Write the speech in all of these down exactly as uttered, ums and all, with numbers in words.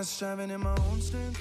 striving in my own strength.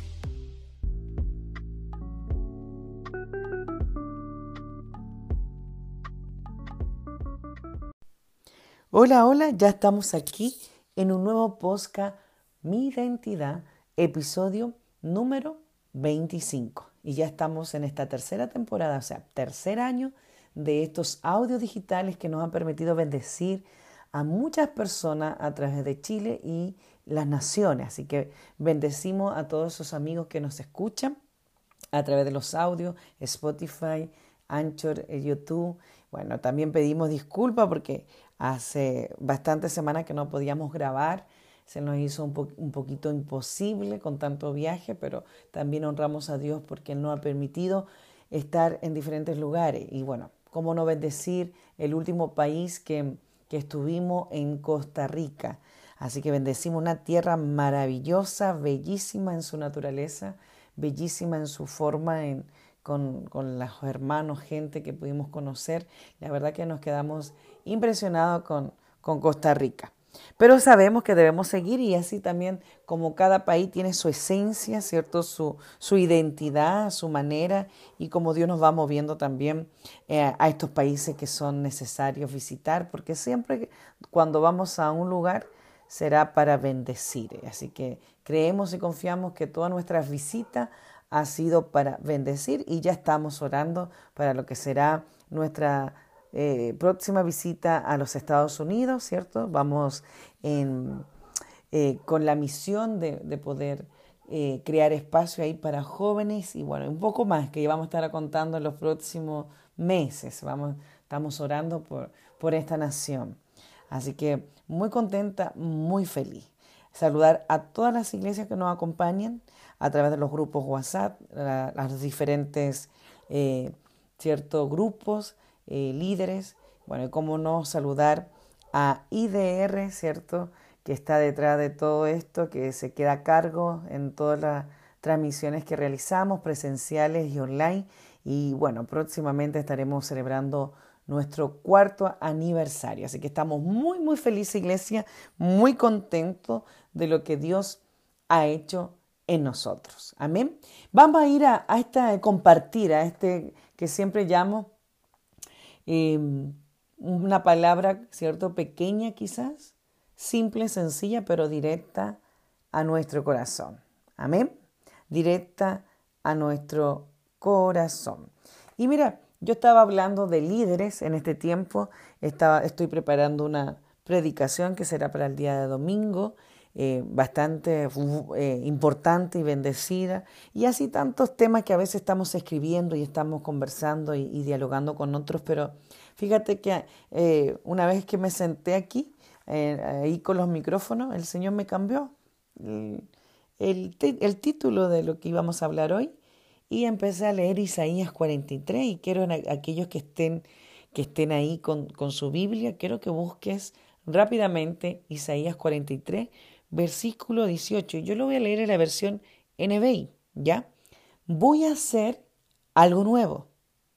Hola, hola, ya estamos aquí en un nuevo podcast, Mi Identidad, episodio número veinticinco. Y ya estamos en esta tercera temporada, o sea, tercer año de estos audios digitales que nos han permitido bendecir a muchas personas a través de Chile y las naciones. Así que bendecimos a todos esos amigos que nos escuchan a través de los audios, Spotify, Anchor, YouTube. Bueno, también pedimos disculpas porque hace bastantes semanas que no podíamos grabar. Se nos hizo un, po- un poquito imposible con tanto viaje, pero también honramos a Dios porque Él nos ha permitido estar en diferentes lugares. Y bueno, cómo no bendecir el último país que, que estuvimos en Costa Rica. Así que bendecimos una tierra maravillosa, bellísima en su naturaleza, bellísima en su forma, en, con, con los hermanos, gente que pudimos conocer. La verdad que nos quedamos impresionados con, con Costa Rica. Pero sabemos que debemos seguir y así también como cada país tiene su esencia, ¿cierto? Su, su identidad, su manera y como Dios nos va moviendo también eh, a estos países que son necesarios visitar, porque siempre cuando vamos a un lugar será para bendecir. Así que creemos y confiamos que todas nuestras visitas ha sido para bendecir y ya estamos orando para lo que será nuestra eh, próxima visita a los Estados Unidos, ¿cierto? Vamos en, eh, con la misión de, de poder eh, crear espacio ahí para jóvenes y bueno, un poco más que vamos a estar contando en los próximos meses. Vamos, estamos orando por, por esta nación. Así que muy contenta, muy feliz. Saludar a todas las iglesias que nos acompañan a través de los grupos WhatsApp, a, a los diferentes eh, ciertos grupos, eh, líderes. Bueno, y cómo no saludar a I D R, ¿cierto? Que está detrás de todo esto, que se queda a cargo en todas las transmisiones que realizamos, presenciales y online. Y bueno, próximamente estaremos celebrando nuestro cuarto aniversario. Así que estamos muy, muy felices, iglesia, muy contentos de lo que Dios ha hecho en nosotros. Amén. Vamos a ir a, a esta compartir, a este que siempre llamo eh, una palabra, ¿cierto? Pequeña quizás, simple, sencilla, pero directa a nuestro corazón. Amén. Directa a nuestro corazón. Y mira, yo estaba hablando de líderes en este tiempo, estaba, estoy preparando una predicación que será para el día de domingo, eh, bastante eh, importante y bendecida, y así tantos temas que a veces estamos escribiendo y estamos conversando y, y dialogando con otros, pero fíjate que eh, una vez que me senté aquí, eh, ahí con los micrófonos, el Señor me cambió el, el, el título de lo que íbamos a hablar hoy. Y empecé a leer Isaías cuarenta y tres y quiero a aquellos que estén, que estén ahí con, con su Biblia, quiero que busques rápidamente Isaías cuarenta y tres, versículo dieciocho. Y yo lo voy a leer en la versión N B I, ¿ya? Voy a hacer algo nuevo.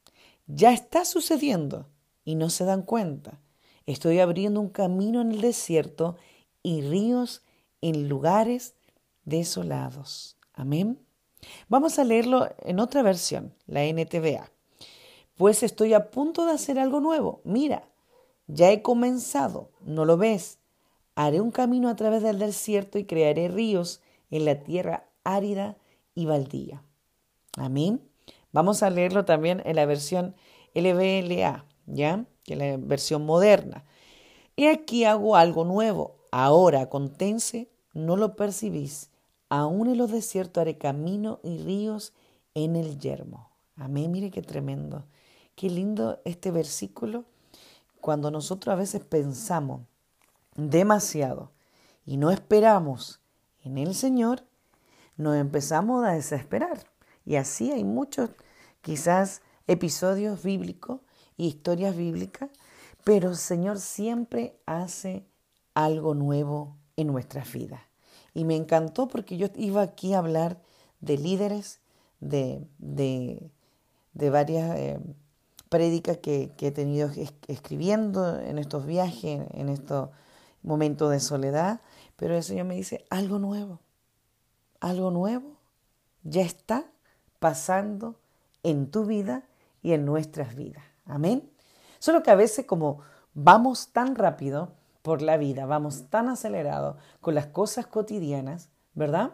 Ya está sucediendo y no se dan cuenta. Estoy abriendo un camino en el desierto y ríos en lugares desolados. Amén. Vamos a leerlo en otra versión, la N T V A. Pues estoy a punto de hacer algo nuevo. Mira, ya he comenzado, ¿no lo ves? Haré un camino a través del desierto y crearé ríos en la tierra árida y baldía. Amén. Vamos a leerlo también en la versión L B L A, ¿ya? Que es la versión moderna. He aquí hago algo nuevo. Ahora, contense, no lo percibís. Aún en los desiertos haré camino y ríos en el yermo. Amén, mire qué tremendo. Qué lindo este versículo. Cuando nosotros a veces pensamos demasiado y no esperamos en el Señor, nos empezamos a desesperar. Y así hay muchos, quizás, episodios bíblicos y historias bíblicas, pero el Señor siempre hace algo nuevo en nuestras vidas. Y me encantó porque yo iba aquí a hablar de líderes, de, de, de varias eh, prédicas que, que he tenido es, escribiendo en estos viajes, en estos momentos de soledad, pero el Señor me dice algo nuevo. algo nuevo ya está pasando en tu vida y en nuestras vidas. Amén. Solo que a veces como vamos tan rápido por la vida, vamos tan acelerados con las cosas cotidianas, ¿verdad?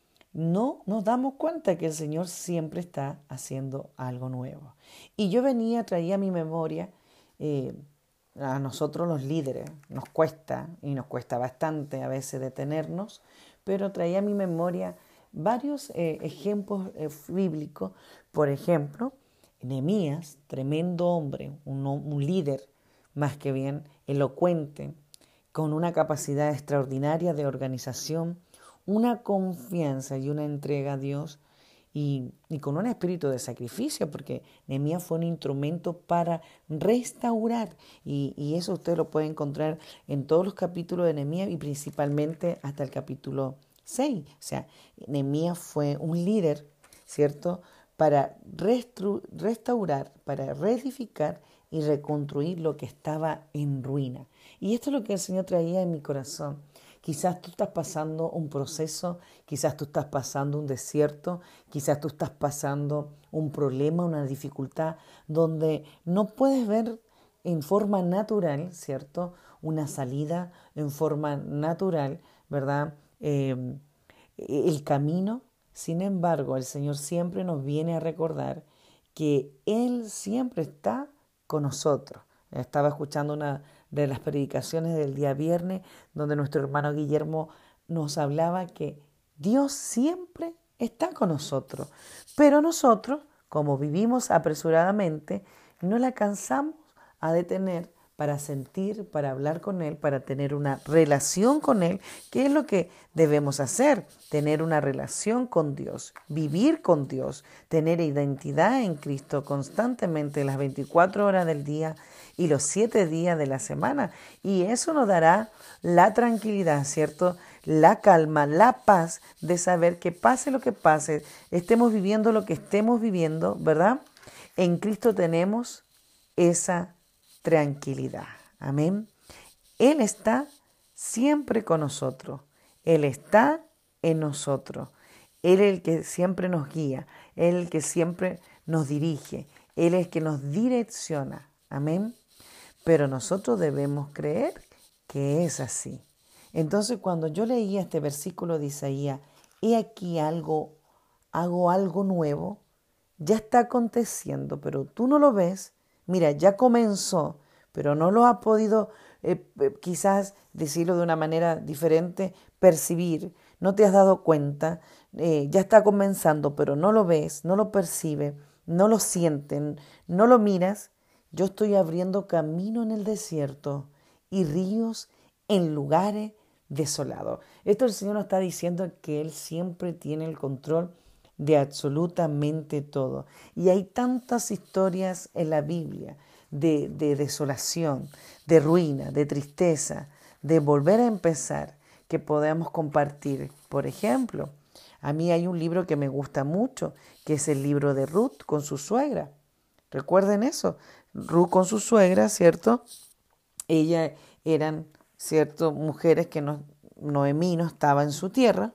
No nos damos cuenta que el Señor siempre está haciendo algo nuevo. Y yo venía, traía a mi memoria, eh, a nosotros los líderes, nos cuesta, y nos cuesta bastante a veces detenernos, pero traía a mi memoria varios eh, ejemplos eh, bíblicos. Por ejemplo, Nehemías, tremendo hombre, un, un líder más que bien elocuente, con una capacidad extraordinaria de organización, una confianza y una entrega a Dios y, y con un espíritu de sacrificio, porque Nehemías fue un instrumento para restaurar y, y eso usted lo puede encontrar en todos los capítulos de Nehemías y principalmente hasta el capítulo seis. O sea, Nehemías fue un líder, ¿cierto?, para restru- restaurar, para reedificar y reconstruir lo que estaba en ruina. Y esto es lo que el Señor traía en mi corazón. Quizás tú estás pasando un proceso, quizás tú estás pasando un desierto, quizás tú estás pasando un problema, una dificultad, donde no puedes ver en forma natural, ¿cierto?, una salida en forma natural, ¿verdad?, eh, el camino. Sin embargo, el Señor siempre nos viene a recordar que Él siempre está con nosotros. Estaba escuchando una de las predicaciones del día viernes donde nuestro hermano Guillermo nos hablaba que Dios siempre está con nosotros, pero nosotros, como vivimos apresuradamente, no la alcanzamos a detener para sentir, para hablar con Él, para tener una relación con Él. ¿Qué es lo que debemos hacer? Tener una relación con Dios, vivir con Dios, tener identidad en Cristo constantemente las veinticuatro horas del día y los siete días de la semana. Y eso nos dará la tranquilidad, ¿cierto?, la calma, la paz de saber que pase lo que pase, estemos viviendo lo que estemos viviendo, ¿verdad? En Cristo tenemos esa tranquilidad. Amén. Él está siempre con nosotros. Él está en nosotros. Él es el que siempre nos guía. Él es el que siempre nos dirige. Él es el que nos direcciona. Amén. Pero nosotros debemos creer que es así. Entonces, cuando yo leía este versículo de Isaías, he aquí algo, hago algo nuevo, ya está aconteciendo, pero tú no lo ves. Mira, ya comenzó, pero no lo has podido, eh, quizás decirlo de una manera diferente, percibir. No te has dado cuenta, eh, ya está comenzando, pero no lo ves, no lo percibes, no lo sienten, no lo miras. Yo estoy abriendo camino en el desierto y ríos en lugares desolados. Esto el Señor nos está diciendo que Él siempre tiene el control de absolutamente todo. Y hay tantas historias en la Biblia de, de desolación, de ruina, de tristeza, de volver a empezar, que podemos compartir. Por ejemplo, a mí hay un libro que me gusta mucho, que es el libro de Ruth con su suegra. Recuerden eso, Ruth con su suegra, ¿cierto? Ellas eran, ¿cierto?, mujeres que no, Noemí no estaba en su tierra.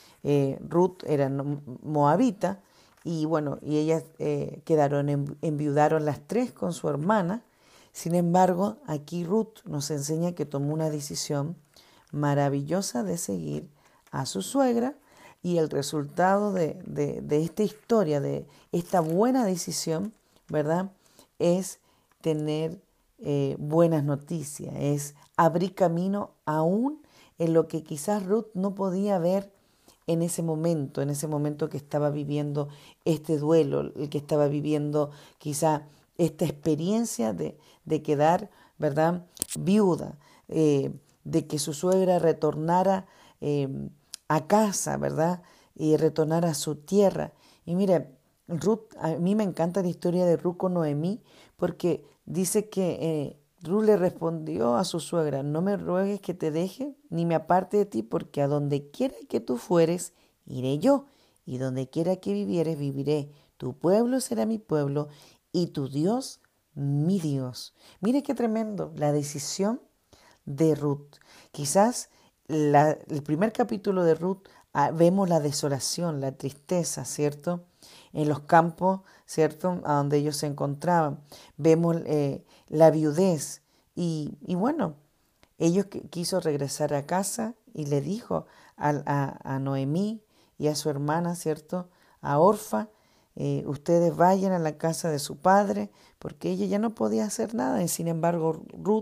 Eh, Ruth era moabita y bueno, y ellas eh, quedaron, enviudaron las tres con su hermana. Sin embargo, aquí Ruth nos enseña que tomó una decisión maravillosa de seguir a su suegra y el resultado de, de, de esta historia, de esta buena decisión, ¿verdad?, es tener eh, buenas noticias, es abrir camino aún en lo que quizás Ruth no podía ver en ese momento, en ese momento que estaba viviendo este duelo, el que estaba viviendo quizá esta experiencia de, de quedar, ¿verdad?, viuda, eh, de que su suegra retornara eh, a casa, ¿verdad?, y retornara a su tierra. Y mire, Ruth, a mí me encanta la historia de Ruth con Noemí, porque dice que eh, Ruth le respondió a su suegra: no me ruegues que te deje, ni me aparte de ti, porque a donde quiera que tú fueres, iré yo, y donde quiera que vivieres, viviré. Tu pueblo será mi pueblo, y tu Dios, mi Dios. Mire qué tremendo, la decisión de Ruth. Quizás la, el primer capítulo de Ruth ah, vemos la desolación, la tristeza, ¿cierto? En los campos, ¿cierto? A donde ellos se encontraban. Vemos eh, la viudez y, y bueno, ellos qu- quiso regresar a casa y le dijo a, a, a Noemí y a su hermana, ¿cierto? A Orfa, eh, ustedes vayan a la casa de su padre, porque ella ya no podía hacer nada. Y sin embargo, Ruth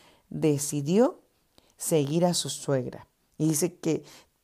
decidió seguir a su suegra. Y dice que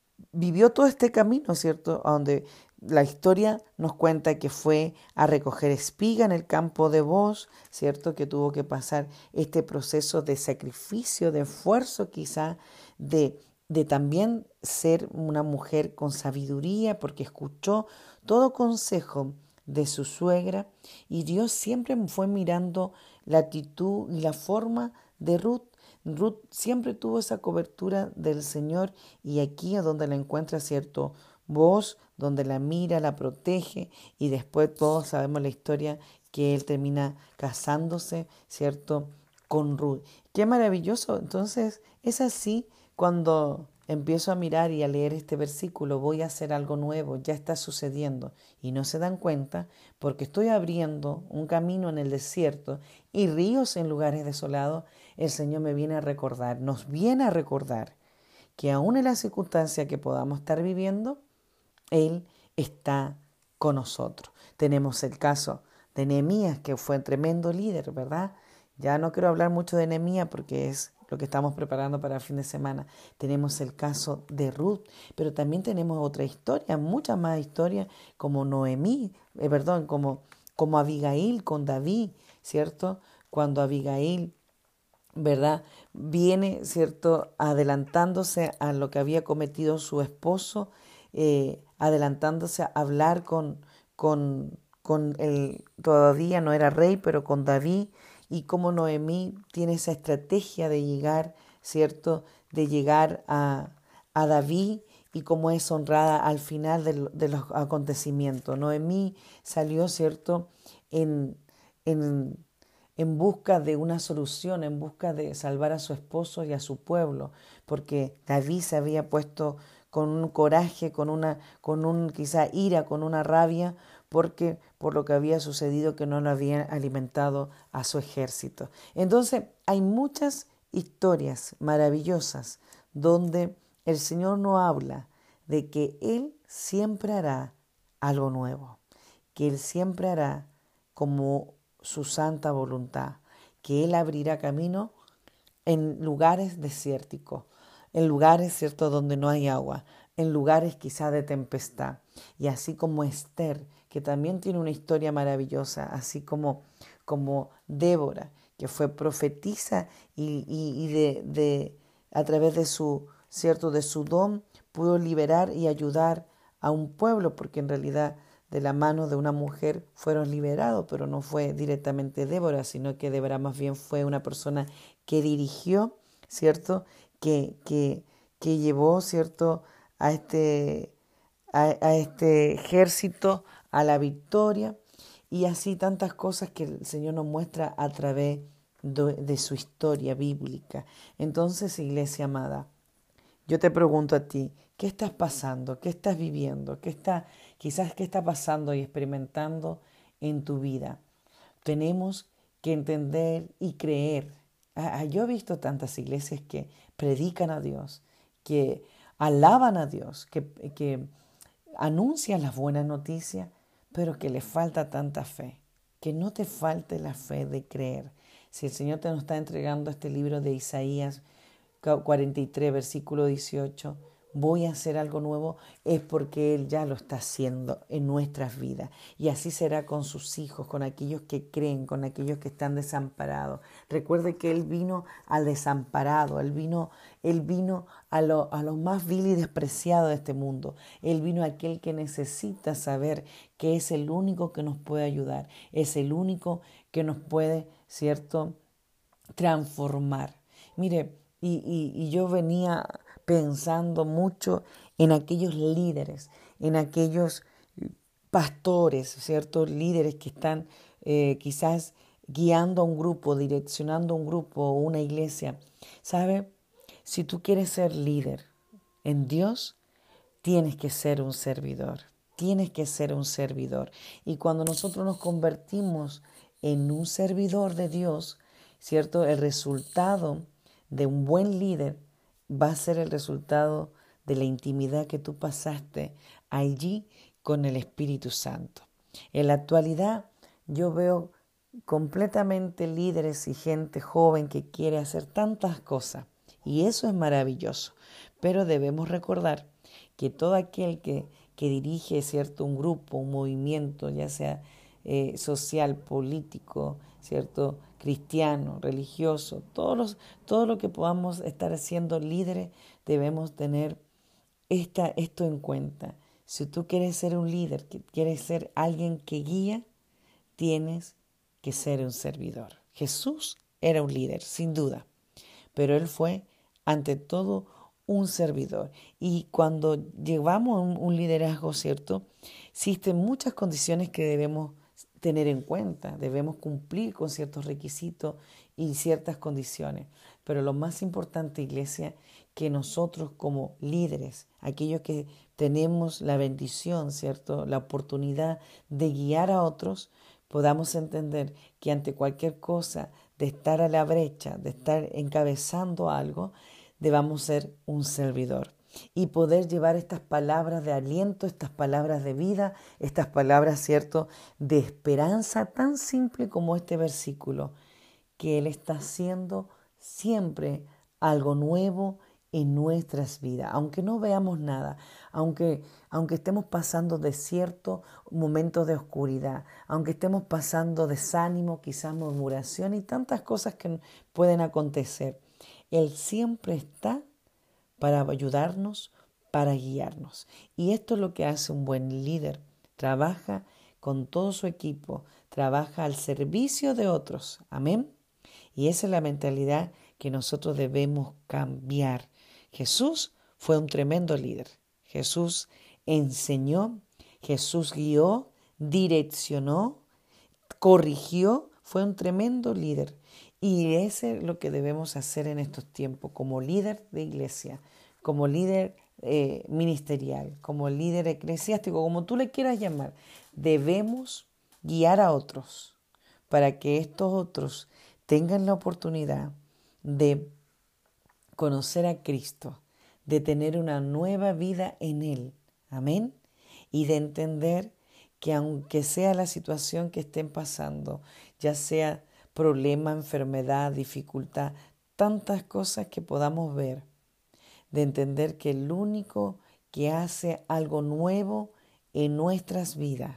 vivió todo este camino, ¿cierto? A donde la historia nos cuenta que fue a recoger espiga en el campo de Bos, ¿cierto? Que tuvo que pasar este proceso de sacrificio, de esfuerzo quizá, de, de también ser una mujer con sabiduría, porque escuchó todo consejo de su suegra y Dios siempre fue mirando la actitud y la forma de Ruth. Ruth siempre tuvo esa cobertura del Señor y aquí es donde la encuentra, ¿cierto? Vos, donde la mira, la protege y después todos sabemos la historia que él termina casándose, ¿cierto? Con Ruth. Qué maravilloso. Entonces es así cuando empiezo a mirar y a leer este versículo, voy a hacer algo nuevo, ya está sucediendo y no se dan cuenta porque estoy abriendo un camino en el desierto y ríos en lugares desolados. El Señor me viene a recordar, nos viene a recordar que aún en la circunstancia que podamos estar viviendo, Él está con nosotros. Tenemos el caso de Nehemías, que fue un tremendo líder, ¿verdad? Ya no quiero hablar mucho de Nehemías porque es lo que estamos preparando para el fin de semana. Tenemos el caso de Ruth, pero también tenemos otra historia, muchas más historias, como Noemí, eh, perdón, como, como Abigail con David, ¿cierto? Cuando Abigail, ¿verdad? Viene, ¿cierto? Adelantándose a lo que había cometido su esposo, eh, adelantándose a hablar con, con, con el, todavía no era rey, pero con David, y cómo Noemí tiene esa estrategia de llegar, ¿cierto? De llegar a, a David y cómo es honrada al final de, de los acontecimientos. Noemí salió, ¿cierto? En, en en busca de una solución, en busca de salvar a su esposo y a su pueblo, porque David se había puesto con un coraje, con una, con un quizá ira, con una rabia, porque por lo que había sucedido que no lo habían alimentado a su ejército. Entonces, hay muchas historias maravillosas donde el Señor nos habla de que Él siempre hará algo nuevo, que Él siempre hará como su santa voluntad, que Él abrirá camino en lugares desérticos, en lugares, ¿cierto?, donde no hay agua, en lugares quizá de tempestad. Y así como Esther, que también tiene una historia maravillosa, así como, como Débora, que fue profetisa y, y, y de, de, a través de su, ¿cierto?, de su don, pudo liberar y ayudar a un pueblo, porque en realidad de la mano de una mujer fueron liberados, pero no fue directamente Débora, sino que Débora más bien fue una persona que dirigió, ¿cierto? Que, que, que llevó, ¿cierto? A este, a, a este ejército a la victoria y así tantas cosas que el Señor nos muestra a través de, de su historia bíblica. Entonces, iglesia amada, yo te pregunto a ti, ¿qué estás pasando? ¿Qué estás viviendo? ¿Qué está, quizás qué está pasando y experimentando en tu vida? Tenemos que entender y creer. Ah, yo he visto tantas iglesias que predican a Dios, que alaban a Dios, que, que anuncian las buenas noticias, pero que les falta tanta fe. Que no te falte la fe de creer. Si el Señor te nos está entregando este libro de Isaías cuarenta y tres, versículo dieciocho, voy a hacer algo nuevo, es porque Él ya lo está haciendo en nuestras vidas. Y así será con sus hijos, con aquellos que creen, con aquellos que están desamparados. Recuerde que Él vino al desamparado, Él vino, Él vino a lo, a lo más vil y despreciado de este mundo. Él vino a aquel que necesita saber que es el único que nos puede ayudar, es el único que nos puede, ¿cierto?, transformar. Mire, y, y, y yo venía pensando mucho en aquellos líderes, en aquellos pastores, ¿cierto? Líderes que están eh, quizás guiando a un grupo, direccionando un grupo o una iglesia. ¿Sabe? Si tú quieres ser líder en Dios, tienes que ser un servidor, tienes que ser un servidor. Y cuando nosotros nos convertimos en un servidor de Dios, ¿cierto? El resultado de un buen líder va a ser el resultado de la intimidad que tú pasaste allí con el Espíritu Santo. En la actualidad yo veo completamente líderes y gente joven que quiere hacer tantas cosas y eso es maravilloso, pero debemos recordar que todo aquel que, que dirige, ¿cierto?, un grupo, un movimiento, ya sea eh, social, político, ¿cierto?, cristiano, religioso, todos los, todo lo que podamos estar haciendo líderes, debemos tener esta, esto en cuenta. Si tú quieres ser un líder, que quieres ser alguien que guía, tienes que ser un servidor. Jesús era un líder, sin duda, pero Él fue ante todo un servidor. Y cuando llevamos un, un liderazgo, ¿cierto?, existen muchas condiciones que debemos tener en cuenta, debemos cumplir con ciertos requisitos y ciertas condiciones. Pero lo más importante, iglesia, que nosotros como líderes, aquellos que tenemos la bendición, ¿cierto?, la oportunidad de guiar a otros, podamos entender que ante cualquier cosa, de estar a la brecha, de estar encabezando algo, debamos ser un servidor y poder llevar estas palabras de aliento, estas palabras de vida, estas palabras, ¿cierto?, de esperanza tan simple como este versículo, que Él está haciendo siempre algo nuevo en nuestras vidas, aunque no veamos nada, aunque, aunque estemos pasando desierto, momentos de oscuridad, aunque estemos pasando desánimo, quizás murmuración y tantas cosas que pueden acontecer. Él siempre está para ayudarnos, para guiarnos. Y esto es lo que hace un buen líder. Trabaja con todo su equipo, trabaja al servicio de otros. Amén. Y esa es la mentalidad que nosotros debemos cambiar. Jesús fue un tremendo líder. Jesús enseñó, Jesús guió, direccionó, corrigió, fue un tremendo líder. Y eso es lo que debemos hacer en estos tiempos como líder de iglesia, como líder eh, ministerial, como líder eclesiástico, como tú le quieras llamar. Debemos guiar a otros para que estos otros tengan la oportunidad de conocer a Cristo, de tener una nueva vida en Él. Amén. Y de entender que aunque sea la situación que estén pasando, ya sea problema, enfermedad, dificultad, tantas cosas que podamos ver, de entender que el único que hace algo nuevo en nuestras vidas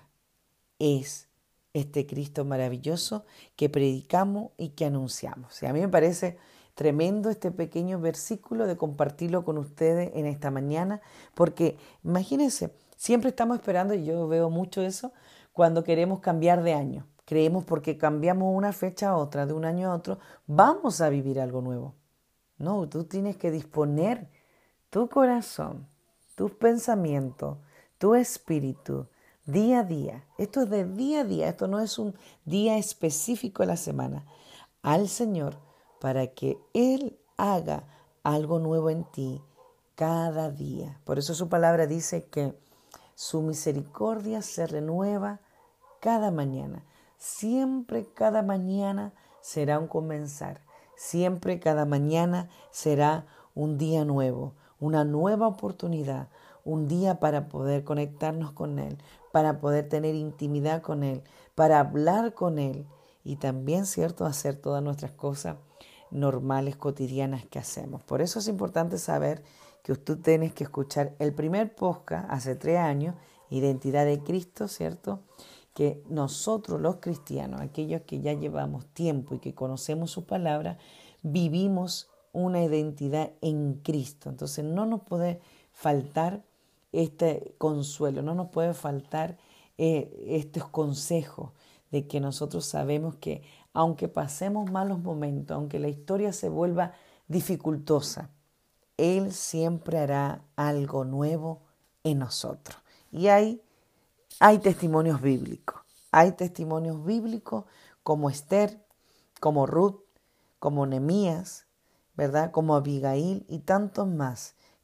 es este Cristo maravilloso que predicamos y que anunciamos. Y a mí me parece tremendo este pequeño versículo de compartirlo con ustedes en esta mañana, porque imagínense, siempre estamos esperando, y yo veo mucho eso, cuando queremos cambiar de año. Creemos porque cambiamos una fecha a otra, de un año a otro, vamos a vivir algo nuevo. No, tú tienes que disponer tu corazón, tus pensamientos, tu espíritu, día a día. Esto es de día a día, esto no es un día específico de la semana. Al Señor, para que Él haga algo nuevo en ti cada día. Por eso su palabra dice que su misericordia se renueva cada mañana. Siempre cada mañana será un comenzar. Siempre cada mañana será un día nuevo, una nueva oportunidad, un día para poder conectarnos con Él, para poder tener intimidad con Él, para hablar con Él y también, ¿cierto?, hacer todas nuestras cosas normales, cotidianas que hacemos. Por eso es importante saber que tú tienes que escuchar el primer podcast hace tres años, Identidad de Cristo, ¿cierto?, que nosotros los cristianos, aquellos que ya llevamos tiempo y que conocemos su palabra, vivimos una identidad en Cristo. Entonces no nos puede faltar este consuelo, no nos puede faltar eh, estos consejos de que nosotros sabemos que aunque pasemos malos momentos, aunque la historia se vuelva dificultosa, Él siempre hará algo nuevo en nosotros. Y hay Hay testimonios bíblicos, hay testimonios bíblicos como Esther, como Ruth, como Nehemías, ¿verdad? Como Abigail y tantos más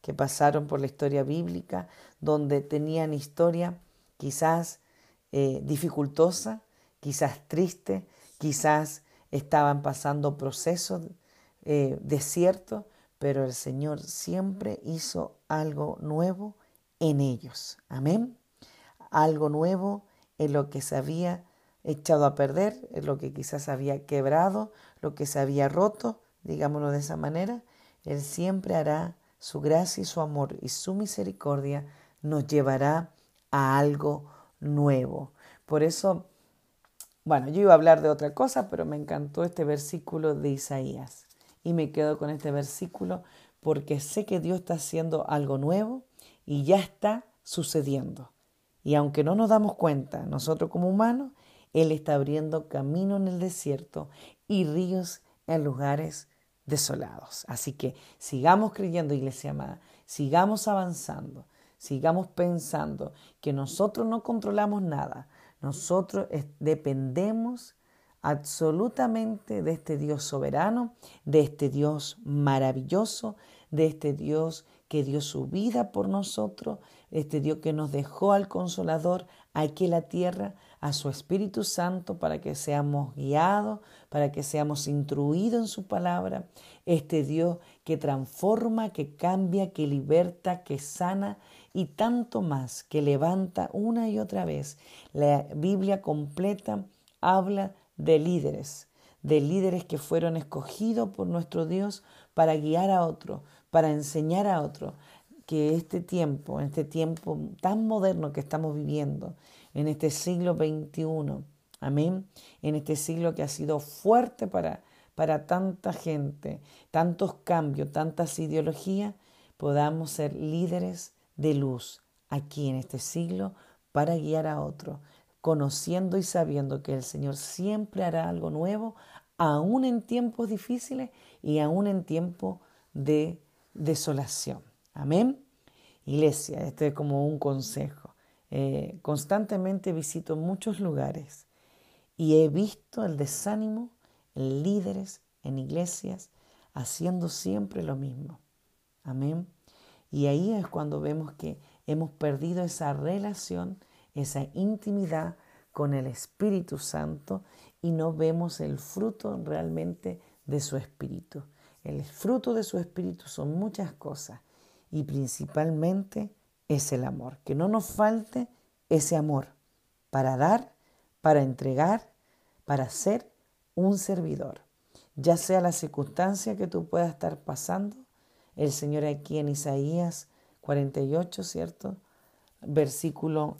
que pasaron por la historia bíblica, donde tenían historia quizás eh, dificultosa, quizás triste, quizás estaban pasando procesos eh, desiertos, pero el Señor siempre hizo algo nuevo en ellos. Amén. Algo nuevo en lo que se había echado a perder, en lo que quizás había quebrado, lo que se había roto, digámoslo de esa manera. Él siempre hará su gracia y su amor y su misericordia nos llevará a algo nuevo. Por eso, bueno, yo iba a hablar de otra cosa, pero me encantó este versículo de Isaías. Y me quedo con este versículo porque sé que Dios está haciendo algo nuevo y ya está sucediendo. Y aunque no nos damos cuenta, nosotros como humanos, Él está abriendo camino en el desierto y ríos en lugares desolados. Así que sigamos creyendo, iglesia amada, sigamos avanzando, sigamos pensando que nosotros no controlamos nada. Nosotros dependemos absolutamente de este Dios soberano, de este Dios maravilloso, de este Dios que dio su vida por nosotros, este Dios que nos dejó al Consolador aquí en la tierra, a su Espíritu Santo para que seamos guiados, para que seamos instruidos en su palabra, este Dios que transforma, que cambia, que liberta, que sana y tanto más, que levanta una y otra vez. La Biblia completa habla de líderes, de líderes que fueron escogidos por nuestro Dios para guiar a otro, para enseñar a otro, que este tiempo, en este tiempo tan moderno que estamos viviendo, en este siglo veintiuno, amén, en este siglo que ha sido fuerte para, para tanta gente, tantos cambios, tantas ideologías, podamos ser líderes de luz aquí en este siglo para guiar a otros, conociendo y sabiendo que el Señor siempre hará algo nuevo, aún en tiempos difíciles y aún en tiempos de desolación. Amén. Iglesia, esto es como un consejo. Eh, constantemente visito muchos lugares y he visto el desánimo en líderes, en iglesias, haciendo siempre lo mismo. Amén. Y ahí es cuando vemos que hemos perdido esa relación, esa intimidad con el Espíritu Santo y no vemos el fruto realmente de su Espíritu. El fruto de su Espíritu son muchas cosas y principalmente es el amor. Que no nos falte ese amor para dar, para entregar, para ser un servidor. Ya sea la circunstancia que tú puedas estar pasando, el Señor aquí en Isaías cuarenta y ocho, ¿cierto? Versículo,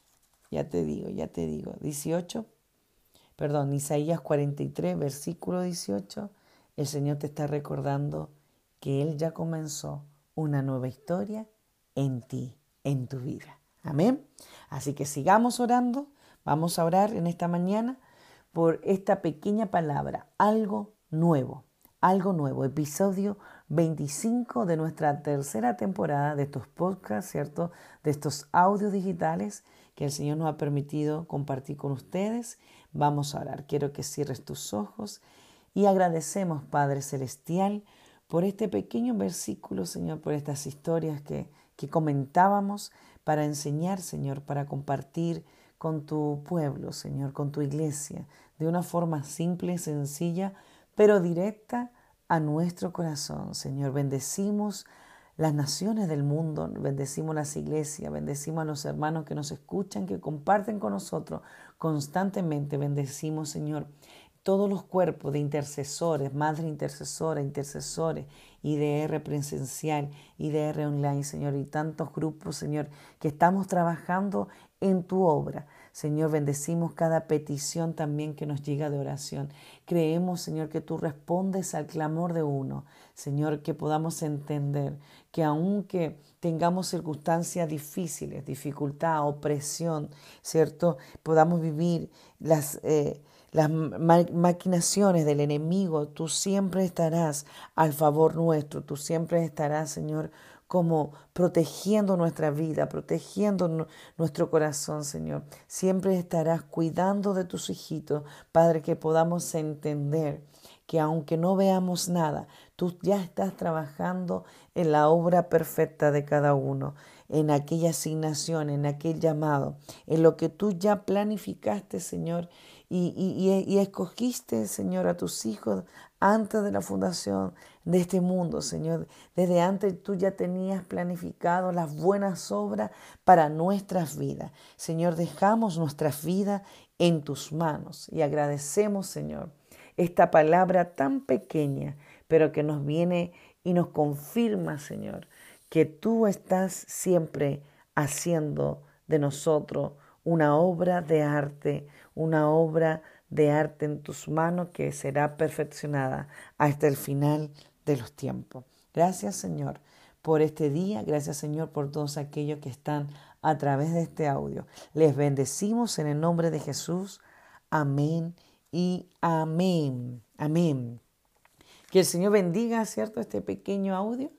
ya te digo, ya te digo, dieciocho, perdón, Isaías cuarenta y tres, versículo dieciocho, el Señor te está recordando que Él ya comenzó una nueva historia en ti, en tu vida. Amén. Así que sigamos orando. Vamos a orar en esta mañana por esta pequeña palabra, algo nuevo, algo nuevo. Episodio veinticinco de nuestra tercera temporada de estos podcasts, ¿cierto? De estos audios digitales que el Señor nos ha permitido compartir con ustedes. Vamos a orar. Quiero que cierres tus ojos y agradecemos, Padre Celestial, por este pequeño versículo, Señor, por estas historias que, que comentábamos para enseñar, Señor, para compartir con tu pueblo, Señor, con tu iglesia, de una forma simple y sencilla, pero directa a nuestro corazón, Señor. Bendecimos las naciones del mundo, bendecimos las iglesias, bendecimos a los hermanos que nos escuchan, que comparten con nosotros constantemente. Bendecimos, Señor, todos los cuerpos de intercesores, madre intercesora, intercesores, I D R presencial, I D R online, Señor, y tantos grupos, Señor, que estamos trabajando en tu obra. Señor, bendecimos cada petición también que nos llega de oración. Creemos, Señor, que tú respondes al clamor de uno. Señor, que podamos entender que aunque tengamos circunstancias difíciles, dificultad, opresión, ¿cierto? Podamos vivir las... Eh, Las maquinaciones del enemigo, tú siempre estarás al favor nuestro, tú siempre estarás, Señor, como protegiendo nuestra vida, protegiendo nu- nuestro corazón, Señor. Siempre estarás cuidando de tus hijitos, Padre, que podamos entender que aunque no veamos nada, tú ya estás trabajando en la obra perfecta de cada uno, en aquella asignación, en aquel llamado, en lo que tú ya planificaste, Señor, y, y, y, y escogiste, Señor, a tus hijos antes de la fundación de este mundo, Señor. Desde antes tú ya tenías planificado las buenas obras para nuestras vidas. Señor, dejamos nuestras vidas en tus manos y agradecemos, Señor, esta palabra tan pequeña, pero que nos viene y nos confirma, Señor, que tú estás siempre haciendo de nosotros una obra de arte, una obra de arte en tus manos que será perfeccionada hasta el final de los tiempos. Gracias, Señor, por este día. Gracias, Señor, por todos aquellos que están a través de este audio. Les bendecimos en el nombre de Jesús. Amén y amén. Amén. Que el Señor bendiga, ¿cierto?, este pequeño audio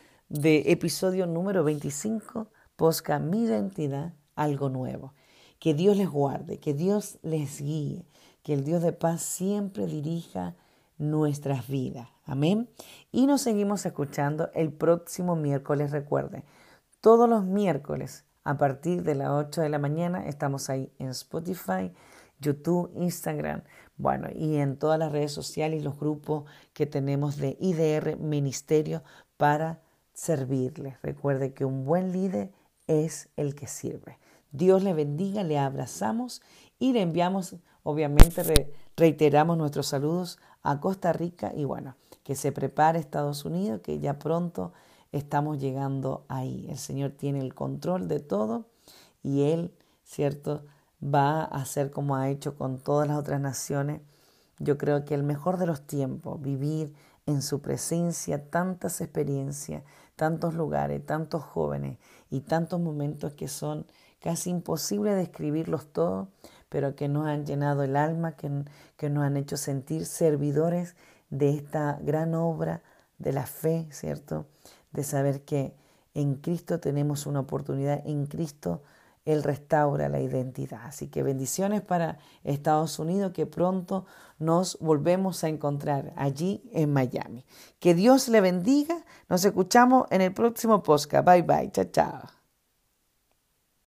de episodio número veinticinco, Posca Mi Identidad, algo nuevo. Que Dios les guarde, que Dios les guíe, que el Dios de paz siempre dirija nuestras vidas. Amén. Y nos seguimos escuchando el próximo miércoles. Recuerden, todos los miércoles a partir de las ocho de la mañana estamos ahí en Spotify, YouTube, Instagram, bueno, y en todas las redes sociales y los grupos que tenemos de I D R Ministerio para servirles. Recuerde que un buen líder es el que sirve. Dios le bendiga, le abrazamos y le enviamos, obviamente re, reiteramos nuestros saludos a Costa Rica y bueno, que se prepare Estados Unidos, que ya pronto estamos llegando ahí. El Señor tiene el control de todo y Él, ¿cierto?, va a hacer como ha hecho con todas las otras naciones. Yo creo que el mejor de los tiempos, vivir en su presencia, tantas experiencias, tantos lugares, tantos jóvenes y tantos momentos que son casi imposibles de describirlos todos, pero que nos han llenado el alma, que, que nos han hecho sentir servidores de esta gran obra de la fe, ¿cierto? De saber que en Cristo tenemos una oportunidad, en Cristo Él restaura la identidad. Así que bendiciones para Estados Unidos, que pronto nos volvemos a encontrar allí en Miami. Que Dios le bendiga. Nos escuchamos en el próximo podcast. Bye bye. Chao, chao.